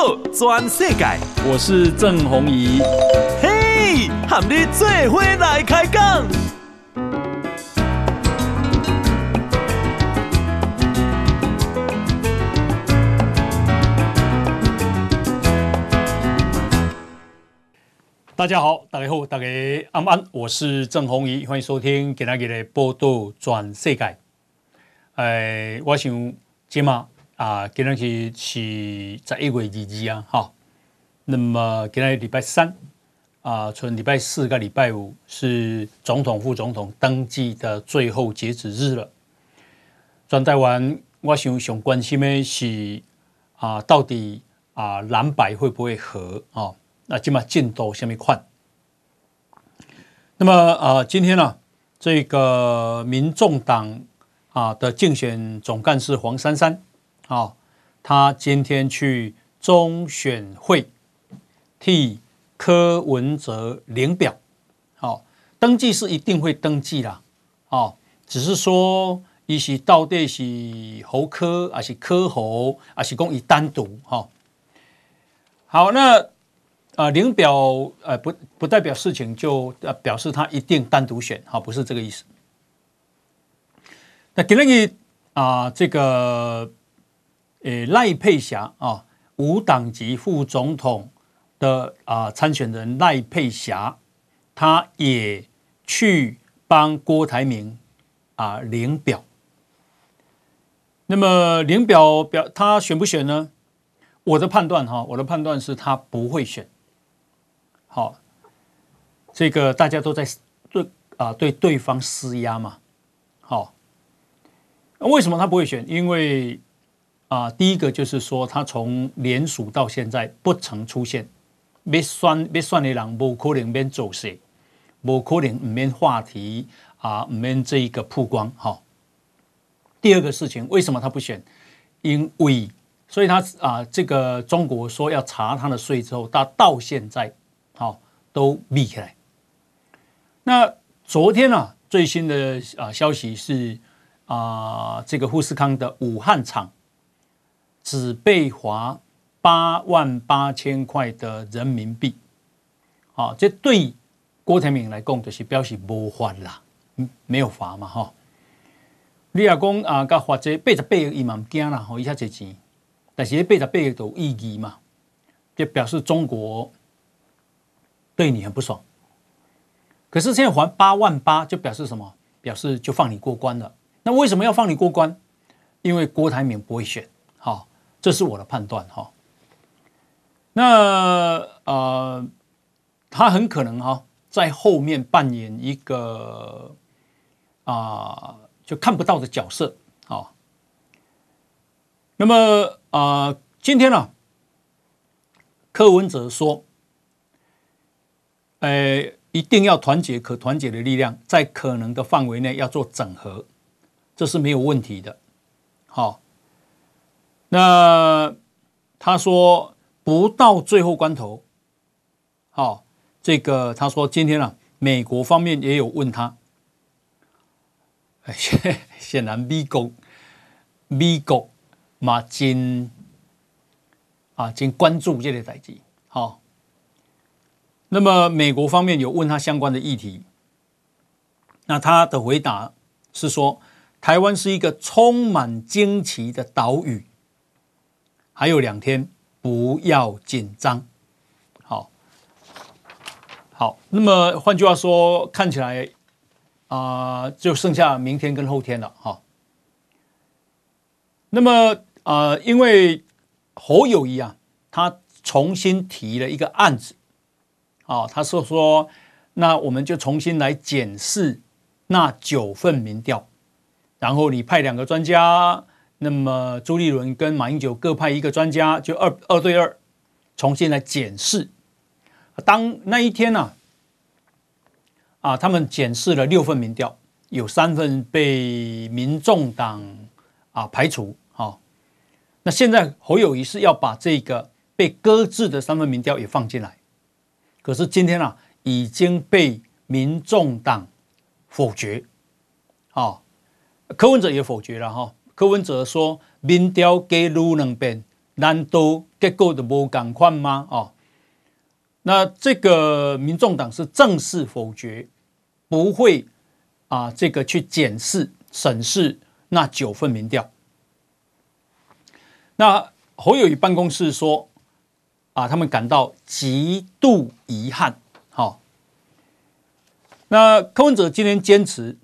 道全世界。 我是郑弘仪。 嘿，和你做伙来开讲。 大家好，大家好，大家安，我是郑弘仪，欢迎收听今天的报道全世界。我想今嘛今天是11月22啊，哈。那么今天礼拜三从礼拜四跟礼拜五是总统、副总统登记的最后截止日了。全台湾我想上关心的是到底蓝白会不会合啊？那今嘛进度什么款？那么今天呢，这个民众党的竞选总干事黄珊珊他今天去中选会替柯文哲领表，登记是一定会登记啦，只是说伊是到底是侯柯还是柯侯，还是讲伊单独好，那领表不代表事情就表示他一定单独选，不是这个意思。那今天这个赖佩霞无党籍副总统的参选人赖佩霞，他也去帮郭台铭领表。那么领表他选不选呢？我的判断是他不会选。好，这个大家都在对对方施压嘛。好，为什么他不会选？因为第一个就是说，他从联署到现在不曾出现，要选的人不可能免做事，不可能唔免话题唔免这一个曝光。第二个事情，为什么他不选？因为所以他这个中国说要查他的税之后，他到现在都密起来。那昨天最新的消息是这个富士康的武汉厂只被罚88000块的人民币。这对郭台铭来讲就是表示没罚啦，没有罚嘛你若讲甲罚这88亿嘛唔惊啦，伊遐侪钱，但是88亿都有意义嘛，就表示中国对你很不爽。可是现在还88000，就表示什么？表示就放你过关了。那为什么要放你过关？因为郭台铭不会选，这是我的判断那他很可能在后面扮演一个就看不到的角色那么今天柯文哲说，一定要团结可团结的力量，在可能的范围内要做整合，这是没有问题的。那他说不到最后关头，这个他说今天美国方面也有问他，显然美国嘛真关注这个代志。那么美国方面有问他相关的议题，那他的回答是说，台湾是一个充满惊奇的岛屿，还有2天，不要紧张。好，那么换句话说，看起来就剩下明天跟后天了那么因为侯友宜他重新提了一个案子他说那我们就重新来检视那9份民调，然后你派2个专家，那么朱立伦跟马英九各派1个专家，就2对2重新来检视。当那一天他们检视了6份民调，有3份被民众党排除那现在侯友宜是要把这个被搁置的3份民调也放进来，可是今天已经被民众党否决柯文哲也否决了柯文哲说民调加愈2遍，咱都结果的无赶快吗？哦，那这个民众党是正式否决，不会这个去检视审视那9份民调。那侯友宜办公室说他们感到极度遗憾。好，那柯文哲今天坚持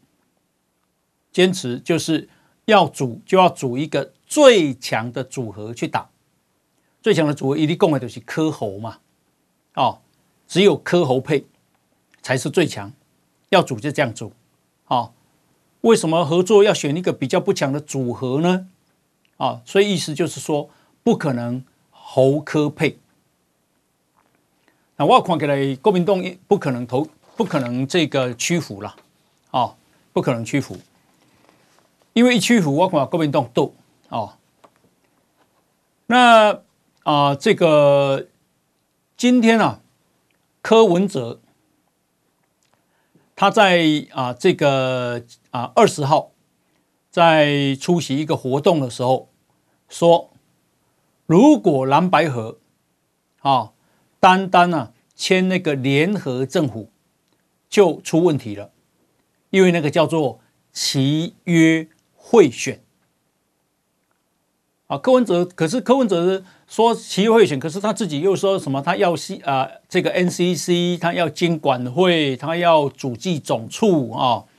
就是要组一个最强的组合去打。最强的组合，一定讲的就是柯侯嘛，只有柯侯配才是最强，要组就这样组，为什么合作要选一个比较不强的组合呢？所以意思就是说，不可能侯柯配。那我看起来国民党不可能这个屈服了，不可能屈服，因为一屈服，我看国民党斗，那这个今天柯文哲他在这个20号在出席一个活动的时候说，如果蓝白合单签那个联合政府就出问题了，因为那个叫做契约贿选。柯文哲说契约贿选，可是他自己又说什么？他要这个 NCC， 他要金管会，他要主计总处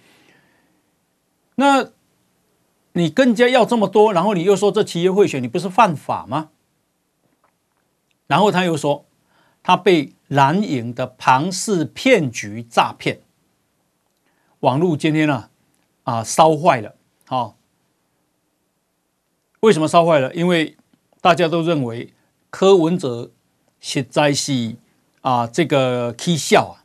那你更加要这么多，然后你又说这契约贿选，你不是犯法吗？然后他又说他被蓝营的庞氏骗局诈骗，网络今天烧坏了。为什么烧坏了？因为大家都认为柯文哲实在是这个起笑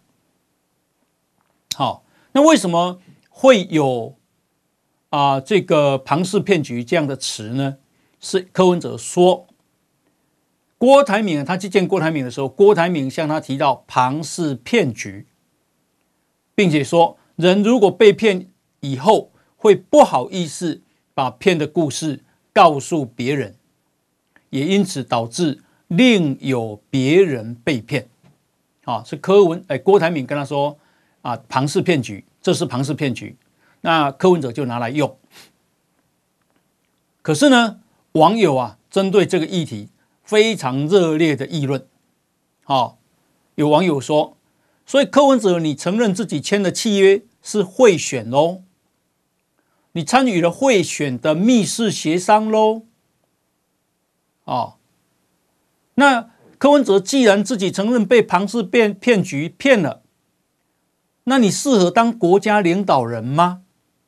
好，那为什么会有这个庞氏骗局这样的词呢？是柯文哲说，郭台铭他去见郭台铭的时候，郭台铭向他提到庞氏骗局，并且说人如果被骗以后会不好意思把骗的故事告诉别人，也因此导致另有别人被骗。是郭台铭跟他说庞氏骗局，这是庞氏骗局，那柯文哲就拿来用。可是呢，网友针对这个议题非常热烈的议论。有网友说，所以柯文哲你承认自己签的契约是贿选咯，你参与了贿选的密室协商咯。那柯文哲既然自己承认被庞氏骗局骗了，那你适合当国家领导人吗？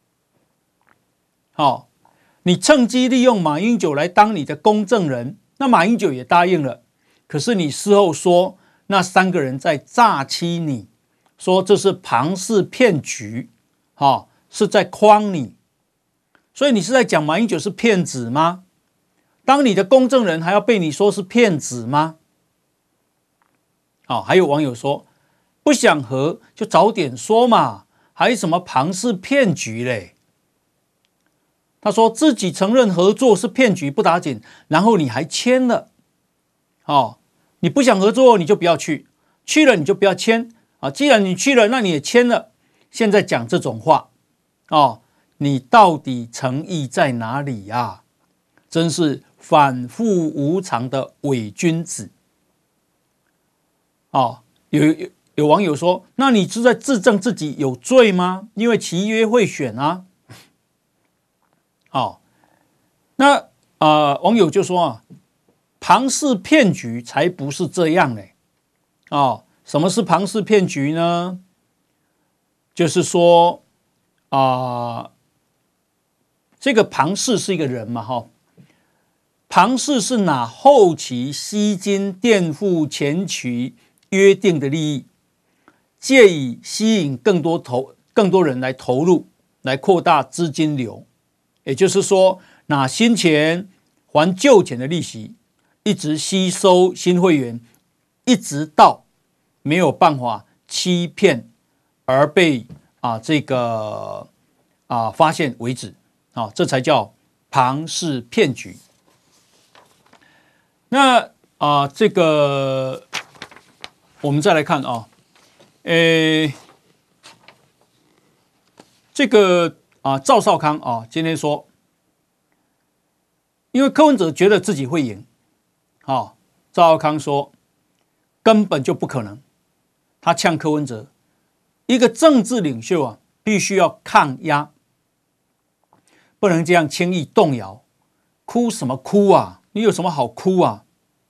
你趁机利用马英九来当你的公证人，那马英九也答应了，可是你事后说那3个人在诈欺你，说这是庞氏骗局，是在诓你，所以你是在讲马英九是骗子吗？当你的公证人还要被你说是骗子吗？还有网友说，不想和就早点说嘛，还什么庞氏骗局嘞？他说自己承认合作是骗局不打紧，然后你还签了。你不想合作你就不要去，去了你就不要签。既然你去了，那你也签了，现在讲这种话，你到底诚意在哪里呀？真是反复无常的伪君子。有网友说，那你是在自证自己有罪吗？因为契约贿选啊。那网友就说庞氏骗局才不是这样嘞。什么是庞氏骗局呢？就是说这个庞氏是一个人嘛，庞氏是拿后期吸金垫付前期约定的利益，借以吸引更多人来投入，来扩大资金流。也就是说，拿新钱还旧钱的利息，一直吸收新会员，一直到没有办法欺骗而被这个发现为止。这才叫庞氏骗局。那这个我们再来看啊，这个赵少康啊，今天说，因为柯文哲觉得自己会赢，赵少康说根本就不可能，他呛柯文哲，一个政治领袖啊，必须要抗压，不能这样轻易动摇，哭什么哭啊？你有什么好哭啊？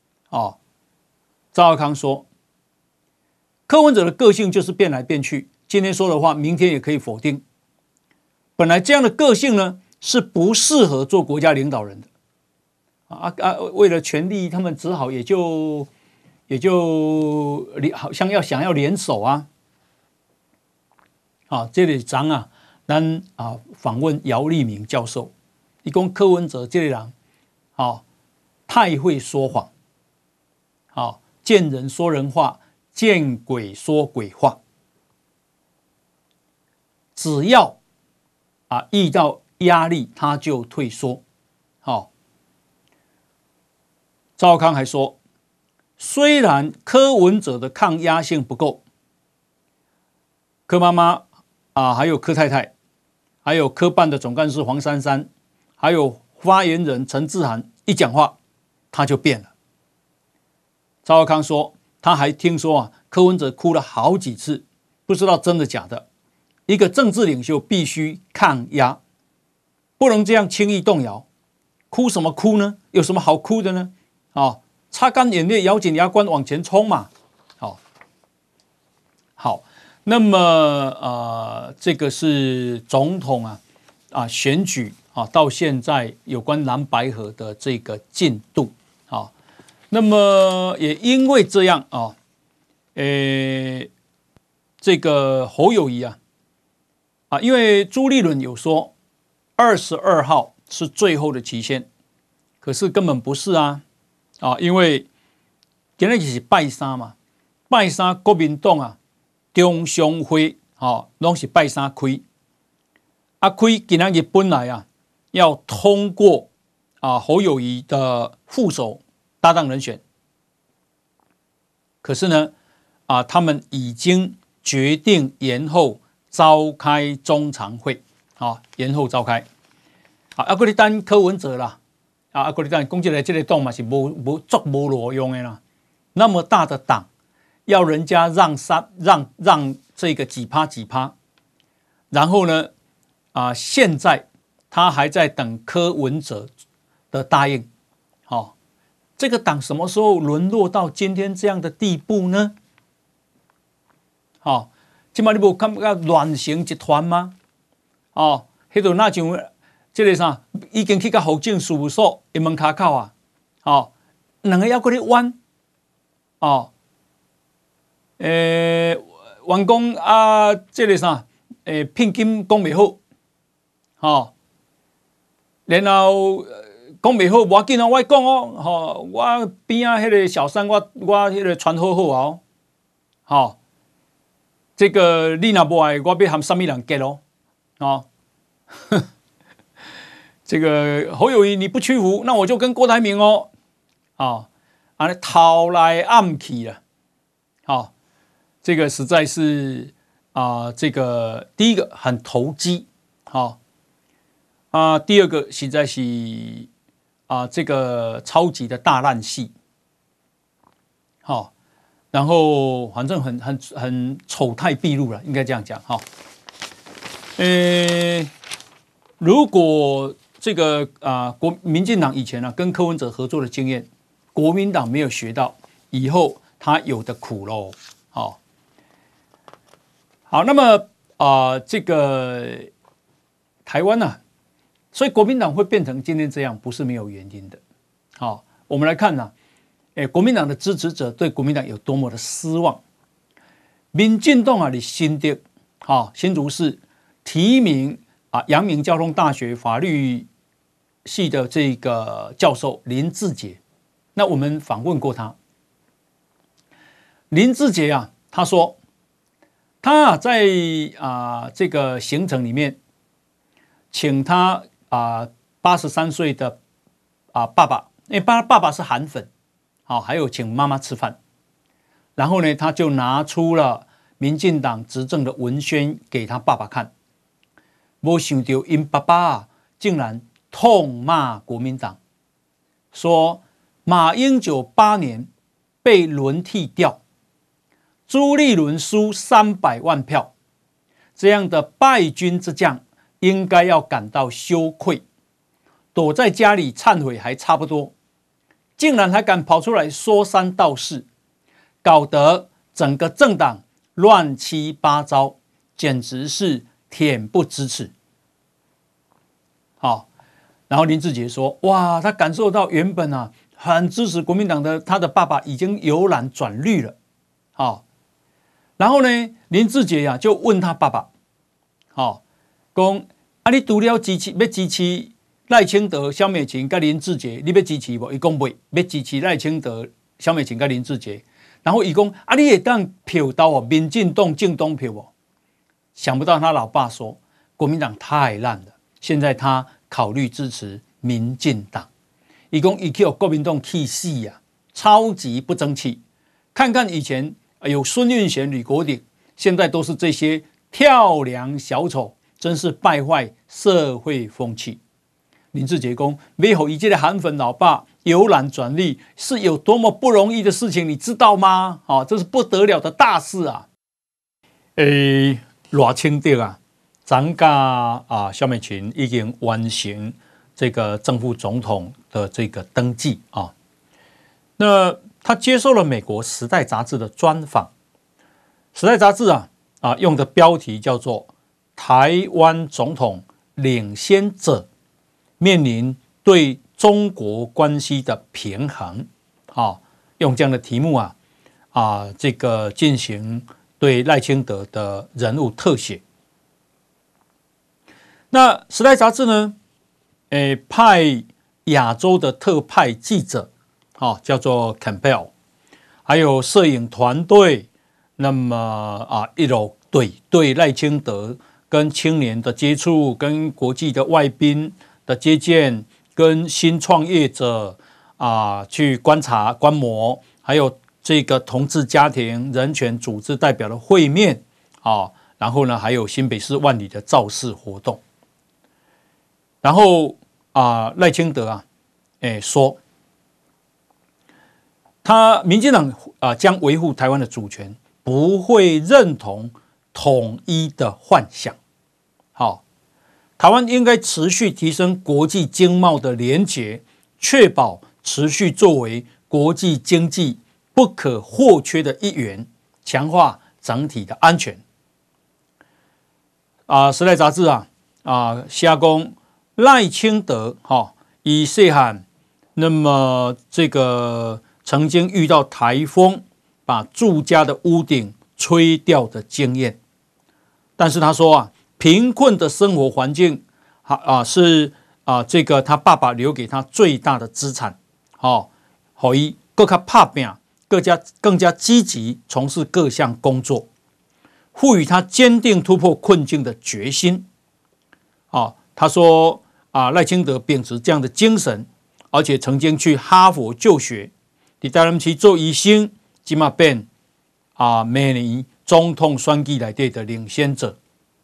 赵少康说，柯文哲的个性就是变来变去，今天说的话，明天也可以否定。本来这样的个性呢，是不适合做国家领导人的。为了权力，他们只好也就好像想要联手啊。这里章啊，咱访问姚立明教授，他说柯文哲这个人，太会说谎。见人说人话，见鬼说鬼话。只要遇到压力，他就退缩。赵少康还说，虽然柯文哲的抗压性不够，柯妈妈还有柯太太，还有柯办的总干事黄珊珊，还有发言人陈志涵，一讲话他就变了。赵少康说，他还听说柯文哲哭了好几次，不知道真的假的。一个政治领袖必须抗压，不能这样轻易动摇。哭什么哭呢？有什么好哭的呢？擦干眼泪，咬紧牙关往前冲嘛。好，那么这个是总统选举到现在有关蓝白合的这个进度。那么也因为这样这个侯友宜因为朱立伦有说22号是最后的期限，可是根本不是因为今天是拜三嘛，拜三国民党中常会拢是拜三开，开今天日本来要通过侯友宜的副手搭档人选，可是呢他们已经决定延后召开中常会，延后召开。还有你等柯文哲啦，还有你等讲这个党嘛是没路用的啦，那么大的党，要人家让这个几趴，然后呢现在他还在等柯文哲的答应，这个党什么时候沦落到今天这样的地步呢？现在你没感觉乱成一团吗？那就那像这个啥，已经去到法政事务所的门口两个要搁咧弯，员工这个啥，聘金讲袂好，然后讲袂好，无要紧我讲我边迄个小三，我迄个传好这个你若无爱，我要和什么人结这个侯友宜你不屈服，那我就跟郭台铭掏来暗去了，这个实在是这个第一个很投机，第二个实在是这个超级的大烂戏，然后反正很丑态毕露了，应该这样讲如果这个民进党以前跟柯文哲合作的经验，国民党没有学到，以后他有的苦喽。好，那么这个台湾所以国民党会变成今天这样，不是没有原因的。我们来看国民党的支持者对国民党有多么的失望。民进党的新竹新竹市提名阳明交通大学法律系的这个教授林志杰，那我们访问过他。林志杰他说他在这个行程里面，请他83岁的爸爸，因为爸爸是韩粉好，还有请妈妈吃饭。然后呢，他就拿出了民进党执政的文宣给他爸爸看。没想到因爸爸竟然痛骂国民党，说马英九8年被轮替掉，朱立伦输300万票，这样的败军之将应该要感到羞愧，躲在家里忏悔还差不多，竟然还敢跑出来说三道四，搞得整个政党乱七八糟，简直是恬不知耻。好，然后林志杰说：“哇，他感受到原本很支持国民党的他的爸爸已经由蓝转绿了。”好，然后呢，林志杰就问他爸爸：“好，说你除了要支持赖清德、萧美琴跟林志杰，你要支持不？”他说不，要支持赖清德、萧美琴跟林志杰。然后他说：“你会当票到民进党进党票不？”想不到他老爸说：“国民党太烂了。”现在他考虑支持民进党，他说他去国民党气死呀，超级不争气。看看以前有孙运璇、吕国鼎，现在都是这些跳梁小丑，真是败坏社会风气。林志杰说，要让这个韩粉老爸由蓝转绿是有多么不容易的事情，你知道吗？这是不得了的大事啊！偌清德啊！咱家萧美琴已经完成这个正副总统的这个登记啊。那他接受了美国《时代》杂志的专访，《时代》杂志用的标题叫做“台湾总统领先者面临对中国关系的平衡”用这样的题目这个进行对赖清德的人物特写。那《时代》杂志呢，派亚洲的特派记者，叫做 Campbell， 还有摄影团队，那么一路对赖清德跟青年的接触，跟国际的外宾的接见，跟新创业者去观察观摩，还有这个同志家庭人权组织代表的会面然后呢，还有新北市万里的造势活动。然后赖清德说，民进党将维护台湾的主权，不会认同统一的幻想。好，台湾应该持续提升国际经贸的连结，确保持续作为国际经济不可或缺的一员，强化整体的安全。时代杂志写说赖清德以细汉，那么这个曾经遇到台风把住家的屋顶吹掉的经验，但是他说贫困的生活环境是这个他爸爸留给他最大的资产，让他更加打拼，更加积极从事各项工作，赋予他坚定突破困境的决心。他说赖清德秉持这样的精神，而且曾经去哈佛就学，在台南市做医生，现在变每年总统选举内的领先者。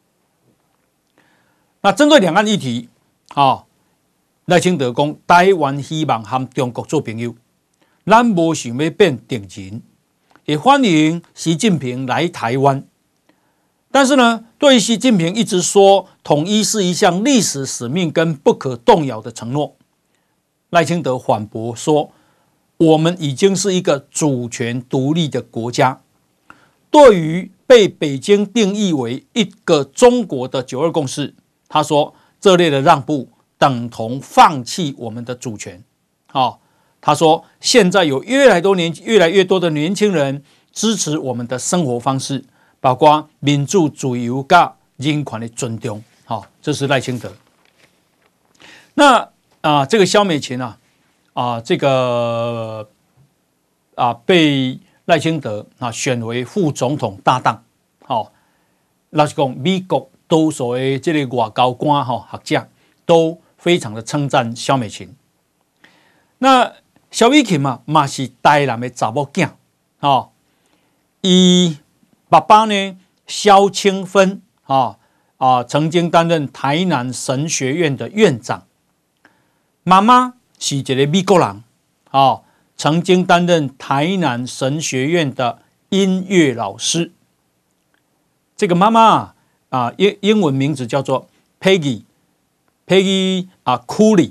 那针对两岸议题，赖清德说，台湾希望和中国做朋友，咱没想要变敌人，也欢迎习近平来台湾。但是呢，对于习近平一直说统一是一项历史使命跟不可动摇的承诺，赖清德反驳说，我们已经是一个主权独立的国家，对于被北京定义为一个中国的9·2共识，他说这类的让步等同放弃我们的主权。他说现在有越来越多的年轻人支持我们的生活方式，包括民主自由跟人权的尊重。这是赖清德。那这个萧美琴这个被赖清德选为副总统搭档。老实讲，美国都所谓这个外交官学者都非常的称赞萧美琴。那萧美琴嘛是台南的查某囝，哦，伊爸爸呢萧清芬，曾经担任台南神学院的院长，妈妈是一个美国人，曾经担任台南神学院的音乐老师。这个妈妈英文名字叫做 Peggy Cooley，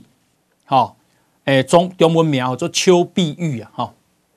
中文名叫做邱碧玉啊，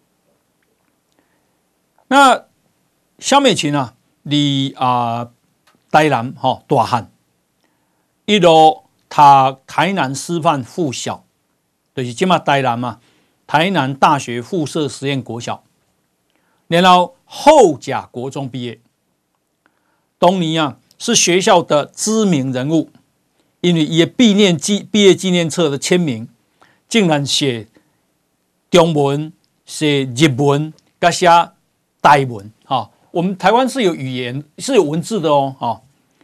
那萧美琴离台南大汉，一路读台南师范附小，就是现在台南台南大学附设实验国小，然后后甲国中毕业。东尼是学校的知名人物，因为他的毕业纪念册的签名竟然写中文、写日文、跟写台文。我们台湾是有语言、是有文字的哦，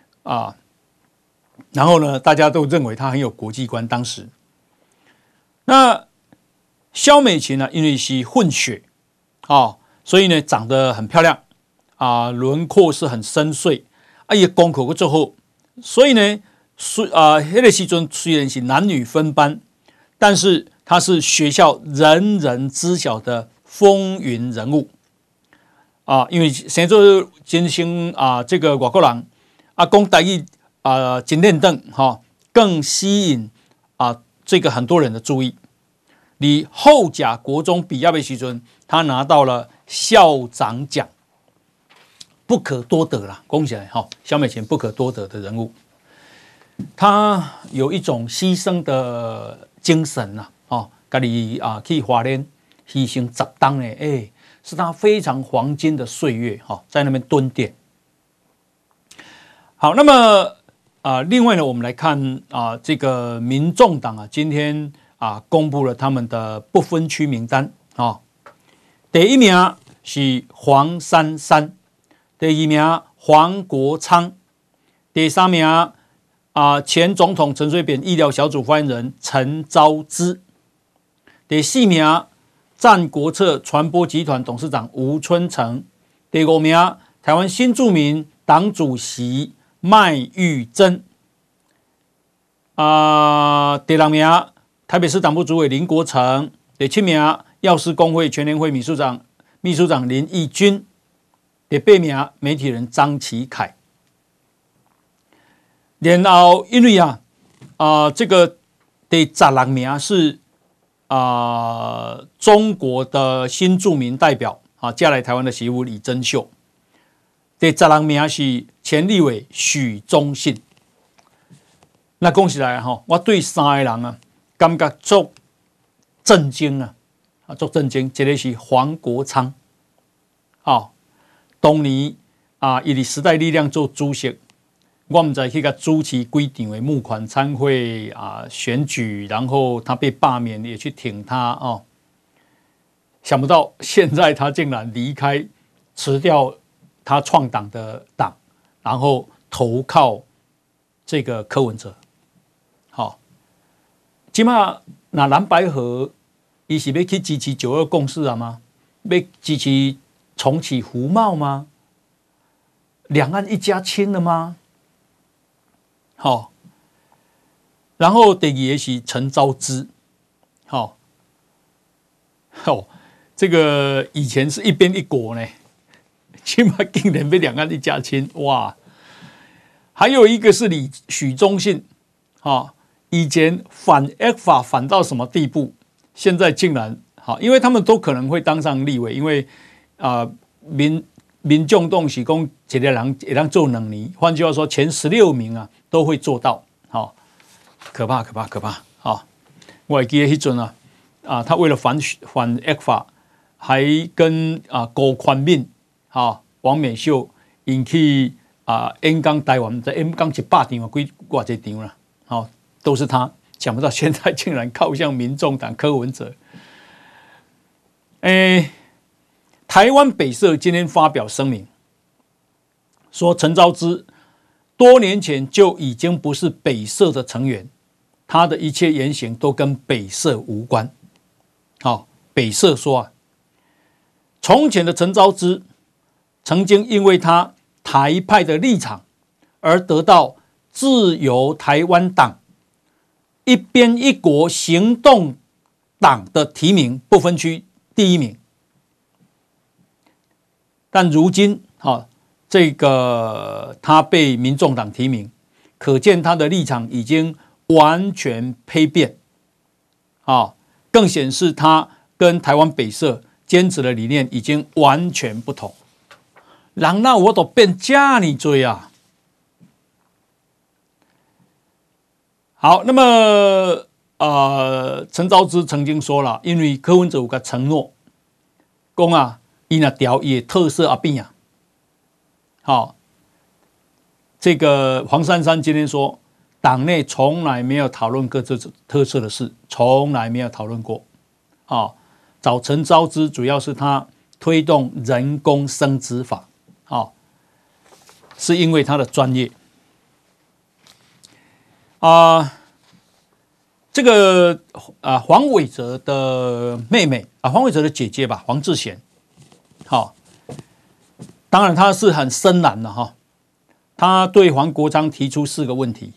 然后呢，大家都认为他很有国际观。当时，那萧美琴因为是混血，所以呢长得很漂亮，轮廓是很深邃，也功课做好，所以呢，那个时阵虽然是男女分班，但是他是学校人人知晓的风云人物。因为生做真心这个外国人讲台语真练邓更吸引这个很多人的注意。你后甲国中毕业的时阵，他拿到了校长奖，不可多得啦，恭喜来萧美琴不可多得的人物。他有一种牺牲的精神家己去花莲牺牲10当的是他非常黄金的岁月在那边蹲点。好，那么另外呢，我们来看这个民众党今天公布了他们的不分区名单第一名是黄珊珊，第二名黄国昌，第三名前总统陈水扁医疗小组发言人陈昭之，第四名战国策传播集团董事长吴春成，第5名台湾新住民党主席麦玉珍，第6名台北市党部主委林国成，第7名药师公会全联会秘书长林义君，第8名媒体人张启凯。然后因为这个第16名是中国的新住民代表嫁来台湾的媳妇李珍秀，第16名是前立委许忠信。那恭喜来我对3个人感觉足震惊足震惊。一个是黄国昌，当年他是时代力量做主席，我不知去他主持几场的募款参会选举，然后他被罢免，也去挺他想不到现在他竟然离开，辞掉他创党的党，然后投靠这个柯文哲。现在那蓝白合他是要去支持9·2共识吗？要支持重启服贸吗？两岸一家亲了吗？然后第2个是陈昭之，这个以前是一边一国呢，现在竟然被两岸一家亲，哇！还有一个是许忠信，以前反 ECFA 反到什么地步，现在竟然因为他们都可能会当上立委，因为民众党是说一个人会当做2年，换句话说前16名都会做到，可怕。我还记得那阵他为了反 ECFA， 还跟高宽敏王美秀引起演讲台湾，在演讲100场几偌几场啦，都是他。想不到现在竟然靠向民众党柯文哲。台湾北社今天发表声明，说陈昭之多年前就已经不是北社的成员，他的一切言行都跟北社无关。 北社说啊，从前的陈昭之曾经因为他台派的立场而得到自由台湾党一边一国行动党的提名，不分区第1名。但如今这个他被民众党提名，可见他的立场已经完全丕变更显示他跟台湾北社坚持的理念已经完全不同。人那我都变这么多啊！好，那么陈昭之曾经说了，因为柯文哲有个承诺，说啊，他那调他的特色啊变啊，这个黄珊珊今天说，党内从来没有讨论各自特色的事，从来没有讨论过找陈昭之主要是他推动人工生殖法是因为他的专业这个黄伟哲的妹妹黄伟哲的姐姐吧，黄智贤当然他是很深蓝的他对黄国昌提出4个问题。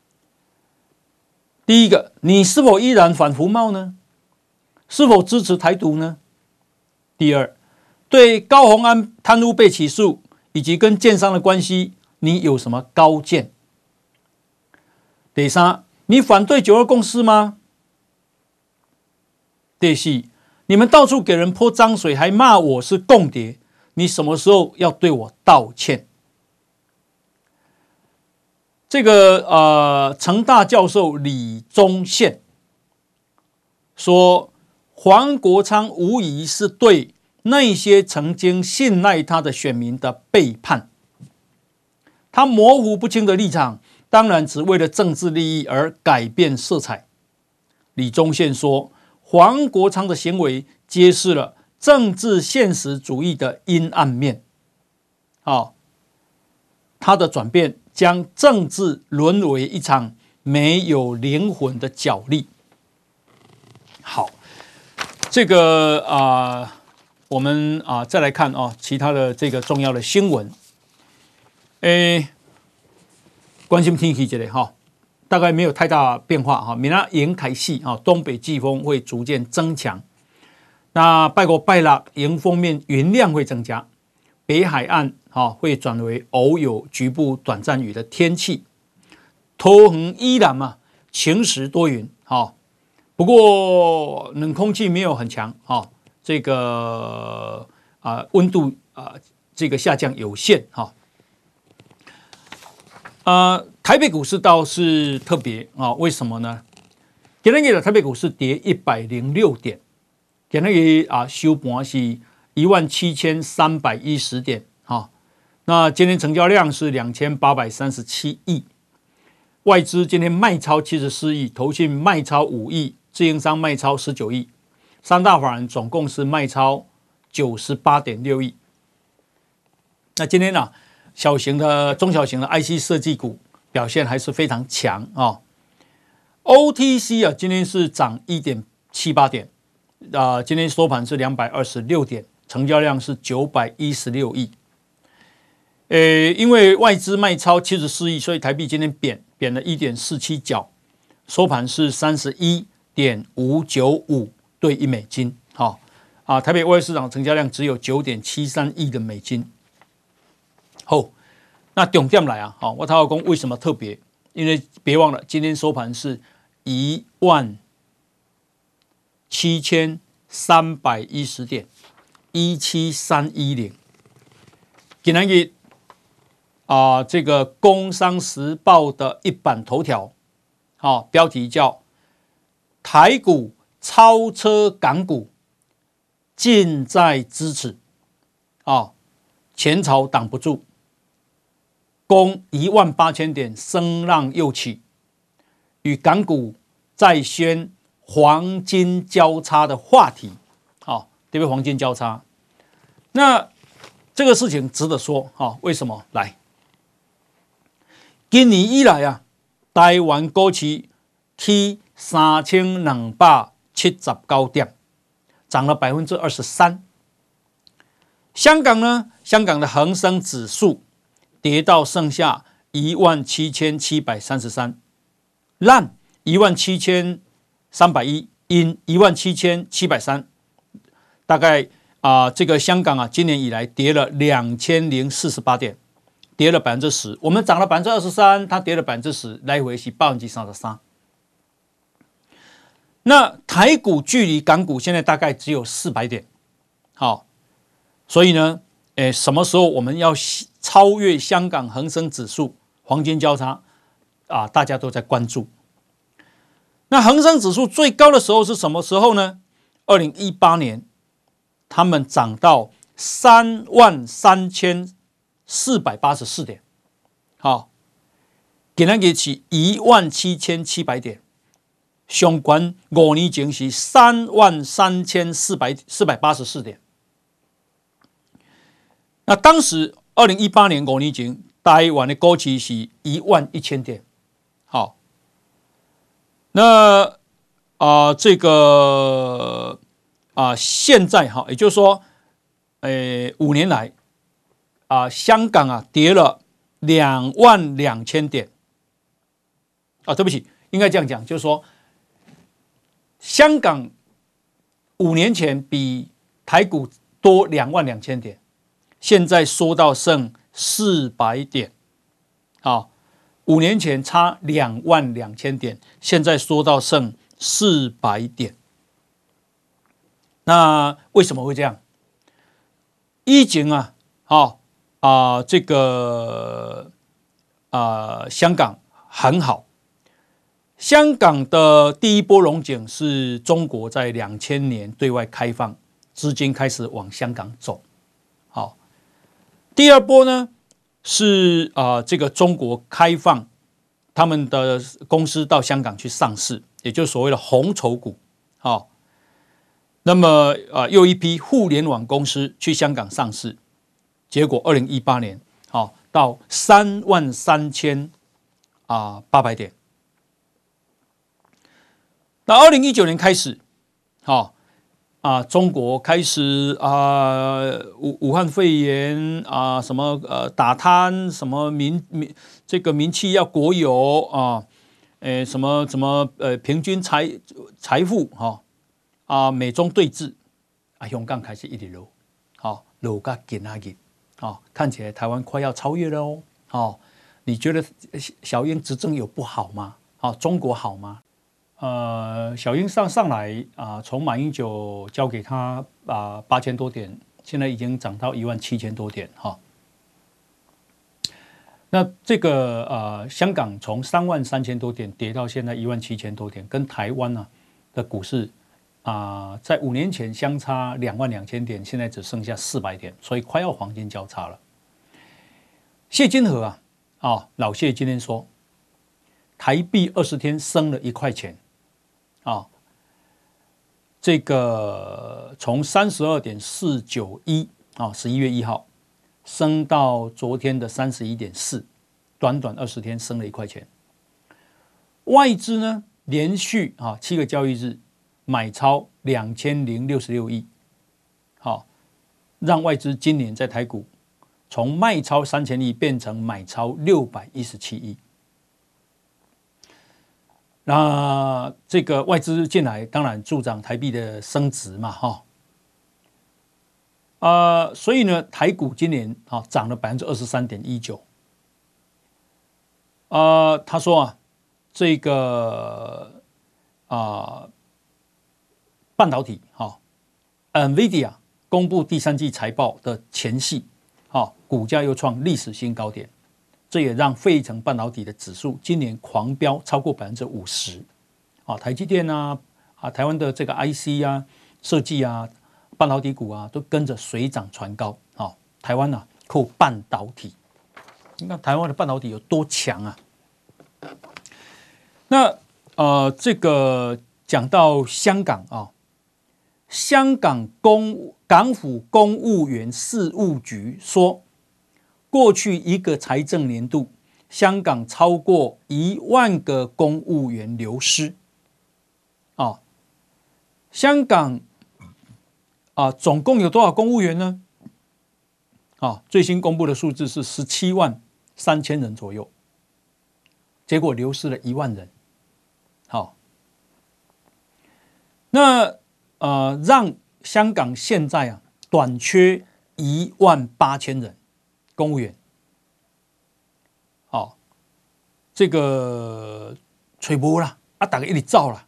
第一个，你是否依然反服贸呢？是否支持台独呢？第二，对高虹安贪污被起诉以及跟建商的关系，你有什么高见？第三，你反对9·2共识吗？第四，你们到处给人泼脏水，还骂我是共谍，你什么时候要对我道歉？这个成大教授李宗宪说，黄国昌无疑是对那些曾经信赖他的选民的背叛。他模糊不清的立场，当然只为了政治利益而改变色彩。李宗宪说，黄国昌的行为揭示了政治现实主义的阴暗面。他的转变将政治沦为一场没有灵魂的角力。好，这个我们再来看其他的这个重要的新闻。关心天气这里大概没有太大变化明仔迎开始东北季风会逐渐增强。那拜五拜六迎风面云量会增加，北海岸会转为偶有局部短暂雨的天气。桃园依然晴时多云不过冷空气没有很强这个温度这个下降有限台北股市倒是特别为什么呢？今天的台北股市跌106点，今天收盘是17310点那今天成交量是2837亿，外资今天卖超74亿，投信卖超5亿，自营商卖超19亿，三大法人总共是卖超98.6亿。那今天小型的、中小型的 IC 设计股表现还是非常强OTC 今天是涨1.78点今天收盘是226点，成交量是916亿。因为外资卖超74亿，所以台币今天贬了1.47角，收盘是31.595对1美金。台北外汇市场成交量只有9.73亿的美金。那重点来我讨论为什么特别？因为别忘了今天收盘是17310点17310。今天这个《工商时报》的一版头条标题叫台股超车港股，近在咫尺前朝挡不住，攻18000点声浪又起，与港股再掀黄金交叉的话题对不对？黄金交叉，那这个事情值得说为什么？来，今年以来台湾股市起3279点， 涨了23%。香港呢，香港的恒生指数跌到剩下17733，烂17301，阴17703，大概这个香港今年以来跌了2048点，跌了10%。我们涨了23%，它跌了10%，来回是33%。那台股距离港股现在大概只有400点，好。所以呢，什么时候我们要超越香港恒生指数黄金交叉大家都在关注。那恒生指数最高的时候是什么时候呢？2018年，他们涨到33484点，好，今天日是17700点，上关5年前是33484点。那当时2018年5年前，台湾的股市是11000点，好，那这个现在也就是说，5年来香港跌了22000点，对不起，应该这样讲，就是说香港5年前比台股多22000点。现在缩到剩400点，好，5年前差22000点，现在缩到剩400点。那为什么会这样？疫情这个香港很好，香港的第一波荣景是中国在2000年对外开放，资金开始往香港走。第二波呢是这个中国开放他们的公司到香港去上市，也就是所谓的红筹股。那么又一批互联网公司去香港上市，结果2018年到33800点。那2019年开始，中国开始武汉肺炎什么打贪，什么这个名气要国有什么平均财富美中对峙香港开始一直落，落到今仔日看起来台湾快要超越了哦。你觉得小英执政有不好吗？中国好吗？小英上来从马英九交给他8000多点，现在已经涨到17000多点那这个香港从33000多点跌到现在17000多点，跟台湾的股市在5年前相差22000点，现在只剩下400点，所以快要黄金交叉了。谢金河老谢今天说，台币20天升了1块钱。这个从32.491 11月1号升到昨天的31.4，短短20天升了1块钱。外资呢连续7个交易日买超2066亿，让外资今年在台股从卖超3000亿变成买超617亿。那这个外资进来，当然助长台币的升值嘛，所以呢，台股今年涨了23.19%。他说这个半导体NVIDIA 公布第3季财报的前夕，股价又创历史新高点。这也让费城半导体的指数今年狂飙超过50%，台积电台湾的这个 IC 设计半导体股都跟着水涨船高。台湾靠半导体，你看台湾的半导体有多强那这个讲到香港香港港府公务员事务局说，过去一个财政年度，香港超过1万个公务员流失。香港总共有多少公务员呢？最新公布的数字是173000人左右，结果流失了1万人。好，那让香港现在短缺18000人公务员。好，这个吹波啦，大家一直造啦。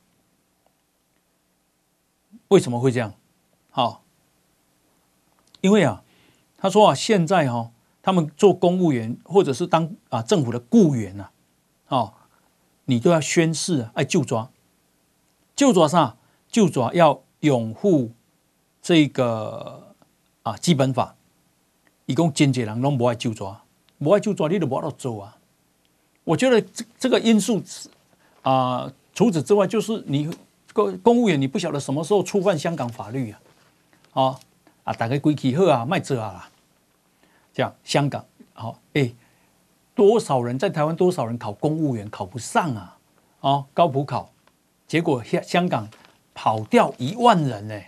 为什么会这样？好，因为他说现在他们做公务员或者是当政府的雇员你都要宣誓爱就抓啥？就抓要拥护这个基本法。一共真侪人拢不爱就抓，不爱就抓，你就不要做啊。我觉得这个因素除此之外，就是你公务员你不晓得什么时候触犯香港法律大家规矩好卖做啦。这样香港多少人在台湾多少人考公务员考不上高普考，结果香港跑掉1万人呢。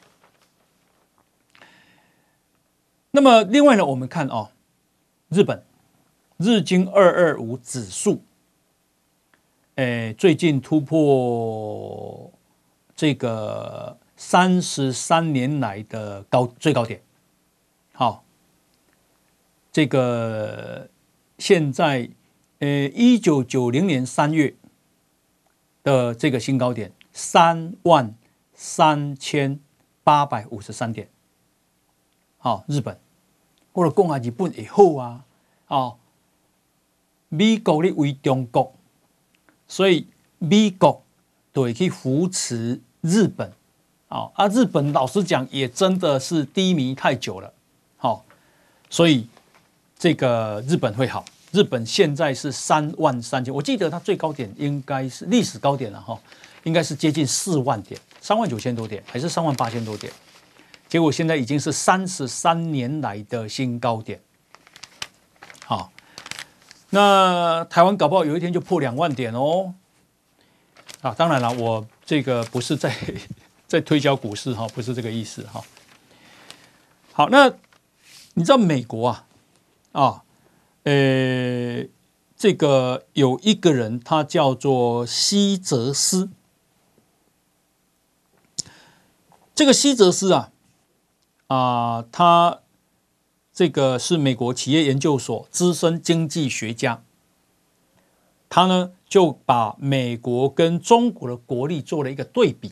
那么另外呢，我们看日本日经225指数，最近突破这个33年来的最高点。好，这个现在1990年3月的这个新高点33853点。好，日本或者讲日本也好美国咧为中国，所以美国都会去扶持日本。日本老实讲也真的是低迷太久了。所以这个日本会好。日本现在是33000，我记得它最高点应该是历史高点了应该是接近4万点，39000多点还是38000多点，结果现在已经是33年来的新高点。好，那台湾搞不好有一天就破2万点哦。当然了，我这个不是在推销股市不是这个意思好，那你知道美国这个有一个人，他叫做希泽斯。这个希泽斯他这个是美国企业研究所资深经济学家。他呢就把美国跟中国的国力做了一个对比。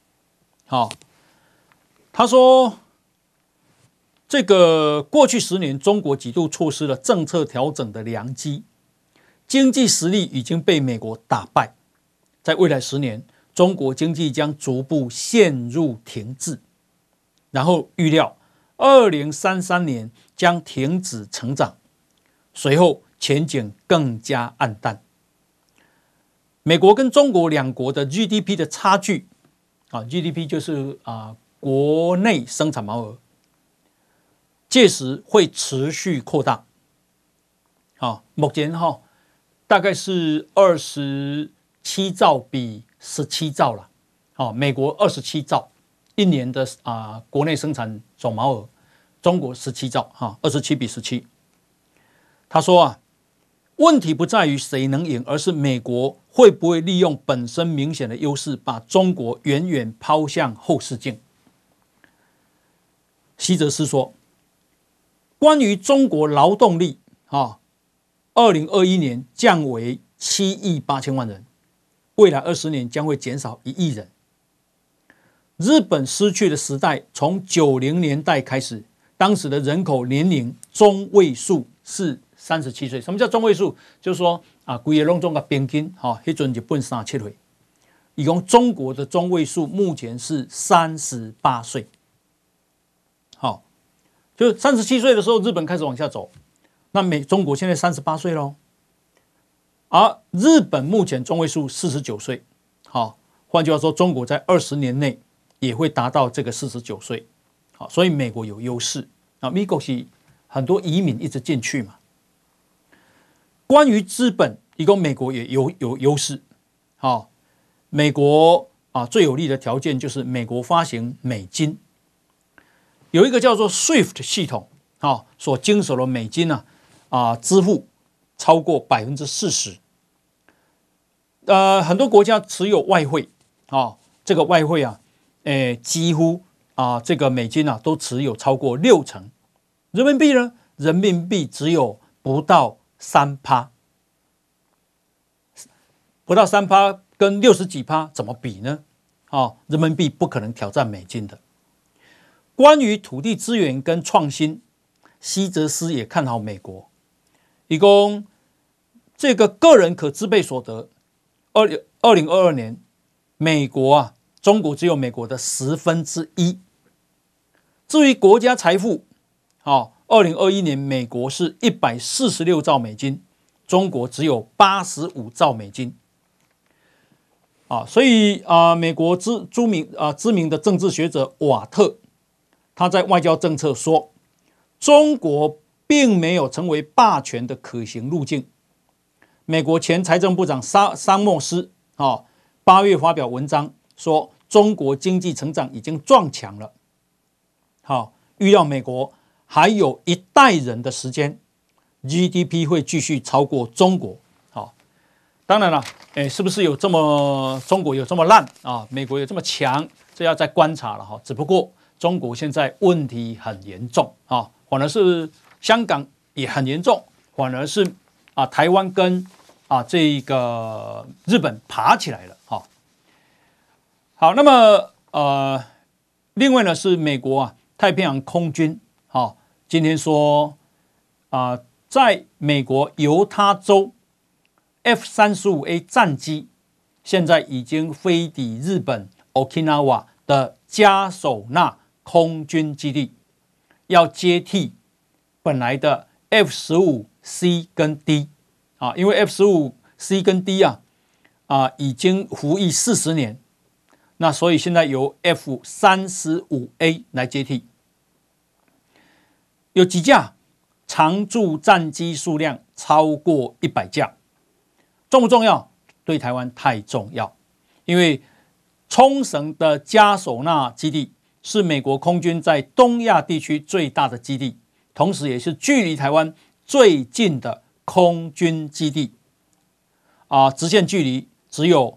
他说这个过去10年，中国几度错失了政策调整的良机，经济实力已经被美国打败。在未来10年，中国经济将逐步陷入停滞，然后预料2033年将停止成长，随后前景更加暗淡。美国跟中国两国的 GDP 的差距GDP 就是国内生产毛额，届时会持续扩大。目前大概是27兆比17兆了。美国27兆一年的国内生产总毛额，中国17兆27比17。他说问题不在于谁能赢，而是美国会不会利用本身明显的优势，把中国远远抛向后视镜。希泽斯说，关于中国劳动力2021年降为7亿8千万人，未来20年将会减少1亿人。日本失去的时代从90年代开始，当时的人口年龄中位数是37岁。什么叫中位数？就是说规个拢总个平均迄阵日本37岁，以讲中国的中位数目前是38岁。就是37岁的时候，日本开始往下走，那中国现在38岁咯，而日本目前中位数49岁。换句话说，中国在20年内也会达到这个49岁。所以美国有优势。美国是很多移民一直进去嘛。关于资本，一共美国也有优势。美国最有利的条件就是美国发行美金。 有一个叫做 SWIFT 系统所经手的美金支付超过40%。很多国家持有外汇这个外汇几乎这个美金都持有超过60%。人民币呢？人民币只有不到3%，不到3%跟60几%怎么比呢？人民币不可能挑战美金的。关于土地资源跟创新，希泽斯也看好美国，以供这个个人可支配所得，2022年美国中国只有美国的1/10。至于国家财富，2021年美国是146兆美金，中国只有85兆美金。所以美国知名的政治学者瓦特，他在外交政策说，中国并没有成为霸权的可行路径。美国前财政部长桑莫斯8月发表文章说，中国经济成长已经撞墙了。预料美国还有一代人的时间 ，GDP 会继续超过中国。当然了，是不是中国有这么烂美国有这么强？这要再观察了只不过中国现在问题很严重反而是香港也很严重，反而是台湾跟这个日本爬起来了好，那么另外呢是美国太平洋空军今天说在美国犹他州F-35A 战机现在已经飞抵日本 Okinawa 的加手纳空军基地，要接替本来的 F-15C 跟 D 因为 F-15C 跟 D 已经服役40年，那所以现在由 F-35A 来接替。有几架常驻战机数量超过100架。重不重要？对台湾太重要，因为冲绳的加手纳基地是美国空军在东亚地区最大的基地，同时也是距离台湾最近的空军基地直线距离只有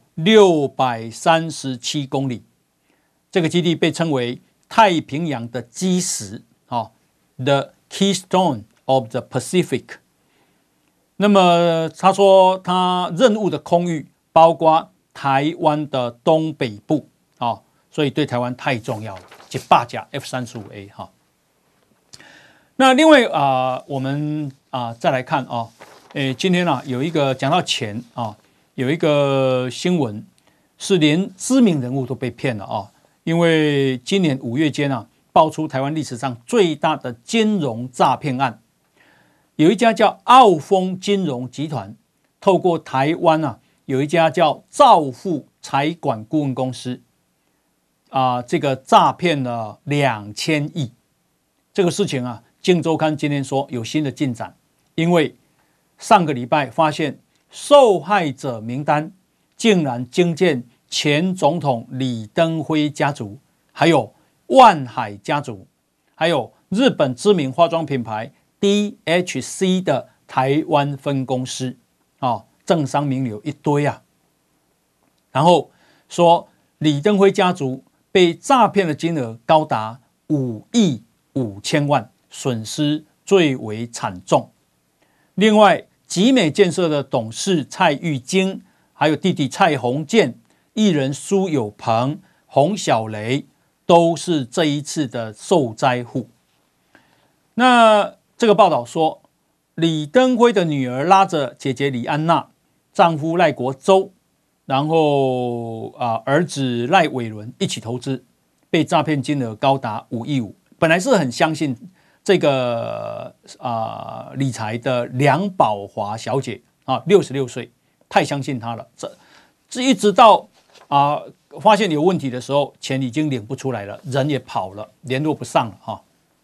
637公里。这个基地被称为太平洋的基石The Keystone of the Pacific。那么他说，他任务的空域包括台湾的东北部所以对台湾太重要了。8架 F-35A 那另外我们再来看今天有一个讲到钱有一个新闻是连知名人物都被骗了因为今年5月间爆出台湾历史上最大的金融诈骗案。有一家叫澳丰金融集团，透过台湾有一家叫兆富财管顾问公司这个诈骗了2000亿。这个事情镜周刊今天说有新的进展，因为上个礼拜发现受害者名单竟然惊见前总统李登辉家族，还有万海家族，还有日本知名化妆品牌DHC 的台湾分公司政商名流一堆然后说李登辉家族被诈骗的金额高达5亿5千万，损失最为惨重。另外集美建设的董事蔡玉京，还有弟弟蔡宏建，艺人苏有朋、洪小雷都是这一次的受灾户。那这个报道说，李登辉的女儿拉着姐姐李安娜、丈夫赖国洲，然后儿子赖伟伦一起投资，被诈骗金额高达5亿5。本来是很相信这个理财的梁宝华小姐66岁，太相信她了。这一直到发现有问题的时候，钱已经领不出来了，人也跑了，联络不上了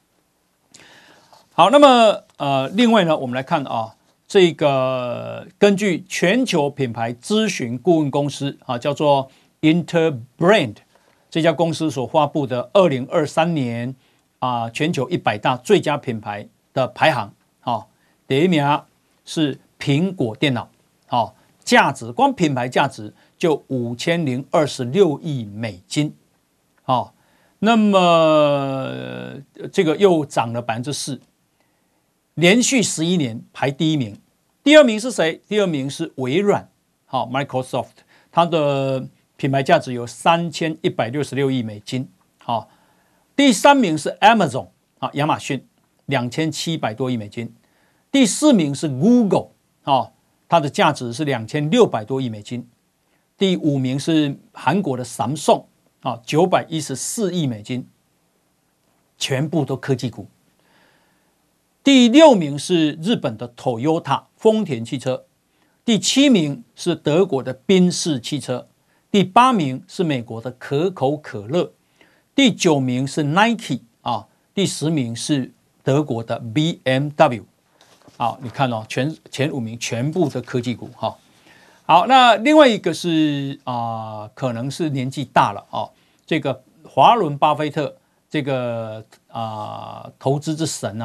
好，那么另外呢，我们来看这个根据全球品牌咨询顾问公司叫做 Interbrand 这家公司所发布的2023年全球100大最佳品牌的排行，第一名是苹果电脑，价值光品牌价值就5026亿美金，那么这个又涨了4%，连续11年排第一名。第二名是谁？第二名是微软，Microsoft， 它的品牌价值有3166亿美金。第三名是 Amazon， 亚马逊2700多亿美金。第四名是 Google， 它的价值是2600多亿美金。第五名是韩国的 Samsung， 914亿美金，全部都科技股。第六名是日本的 Toyota 丰田汽车，第七名是德国的宾士汽车，第八名是美国的可口可乐，第九名是 Nike， 第10名是德国的 BMW。你看前5名全部的科技股。好，那另外一个是可能是年纪大了这个华伦巴菲特，这个投资之神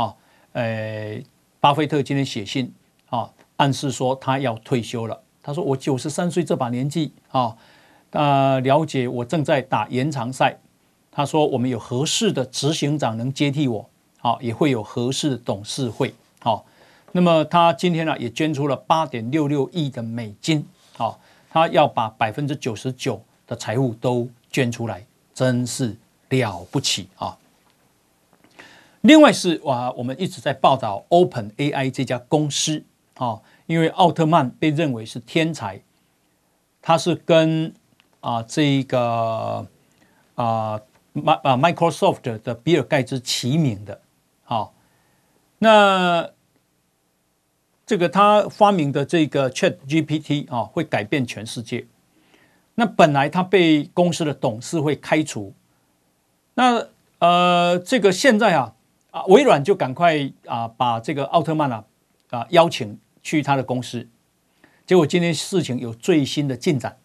巴菲特今天写信暗示说他要退休了。他说我93岁这把年纪了解我正在打延长赛。他说我们有合适的执行长能接替我，也会有合适的董事会。那么他今天也捐出了8.66亿的美金，他要把99%的财富都捐出来，真是了不起啊！另外是我们一直在报道 OpenAI 这家公司，因为奥特曼被认为是天才，他是跟这个Microsoft 的比尔盖茨齐名的。那这个他发明的这个 ChatGPT 会改变全世界。那本来他被公司的董事会开除，那这个现在微软就赶快把这个奥特曼邀请去他的公司，结果今天事情有最新的进展。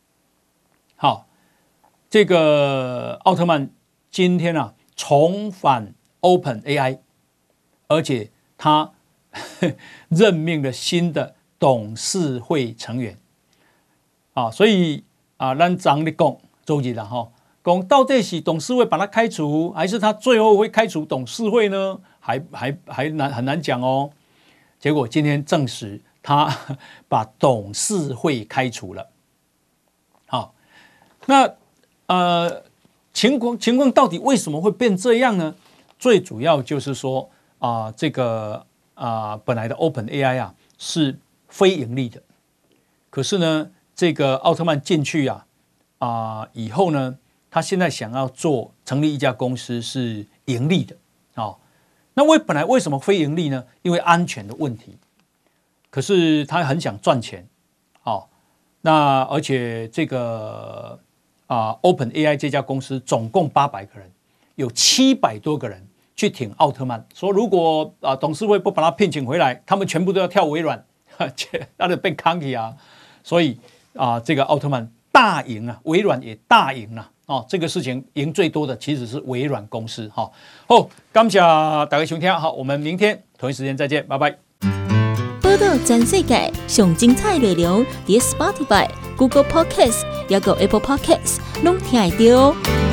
这个奥特曼今天重返 OpenAI， 而且他任命了新的董事会成员。所以咱常在讲周日讲到底是董事会把他开除，还是他最后会开除董事会呢？很难讲哦。结果今天证实他把董事会开除了。那情况到底为什么会变这样呢？最主要就是说这个本来的 OpenAI 是非盈利的，可是呢，这个奥特曼进去以后呢，他现在想要成立一家公司是盈利的。那本来为什么非盈利呢？因为安全的问题。可是他很想赚钱。那而且这个OpenAI 这家公司总共800个人，有700多个人去挺奥特曼，说如果董事会不把他聘请回来，他们全部都要跳微软，他就被抗议所以这个奥特曼大赢微软也大赢这个事情赢最多的其实是微软公司。好，感谢大家收听，我们明天同一时间再见，拜拜。 报道全世界上精彩内容，伫 Spotify、Google Podcast 也有 Apple Podcast 拢听得到。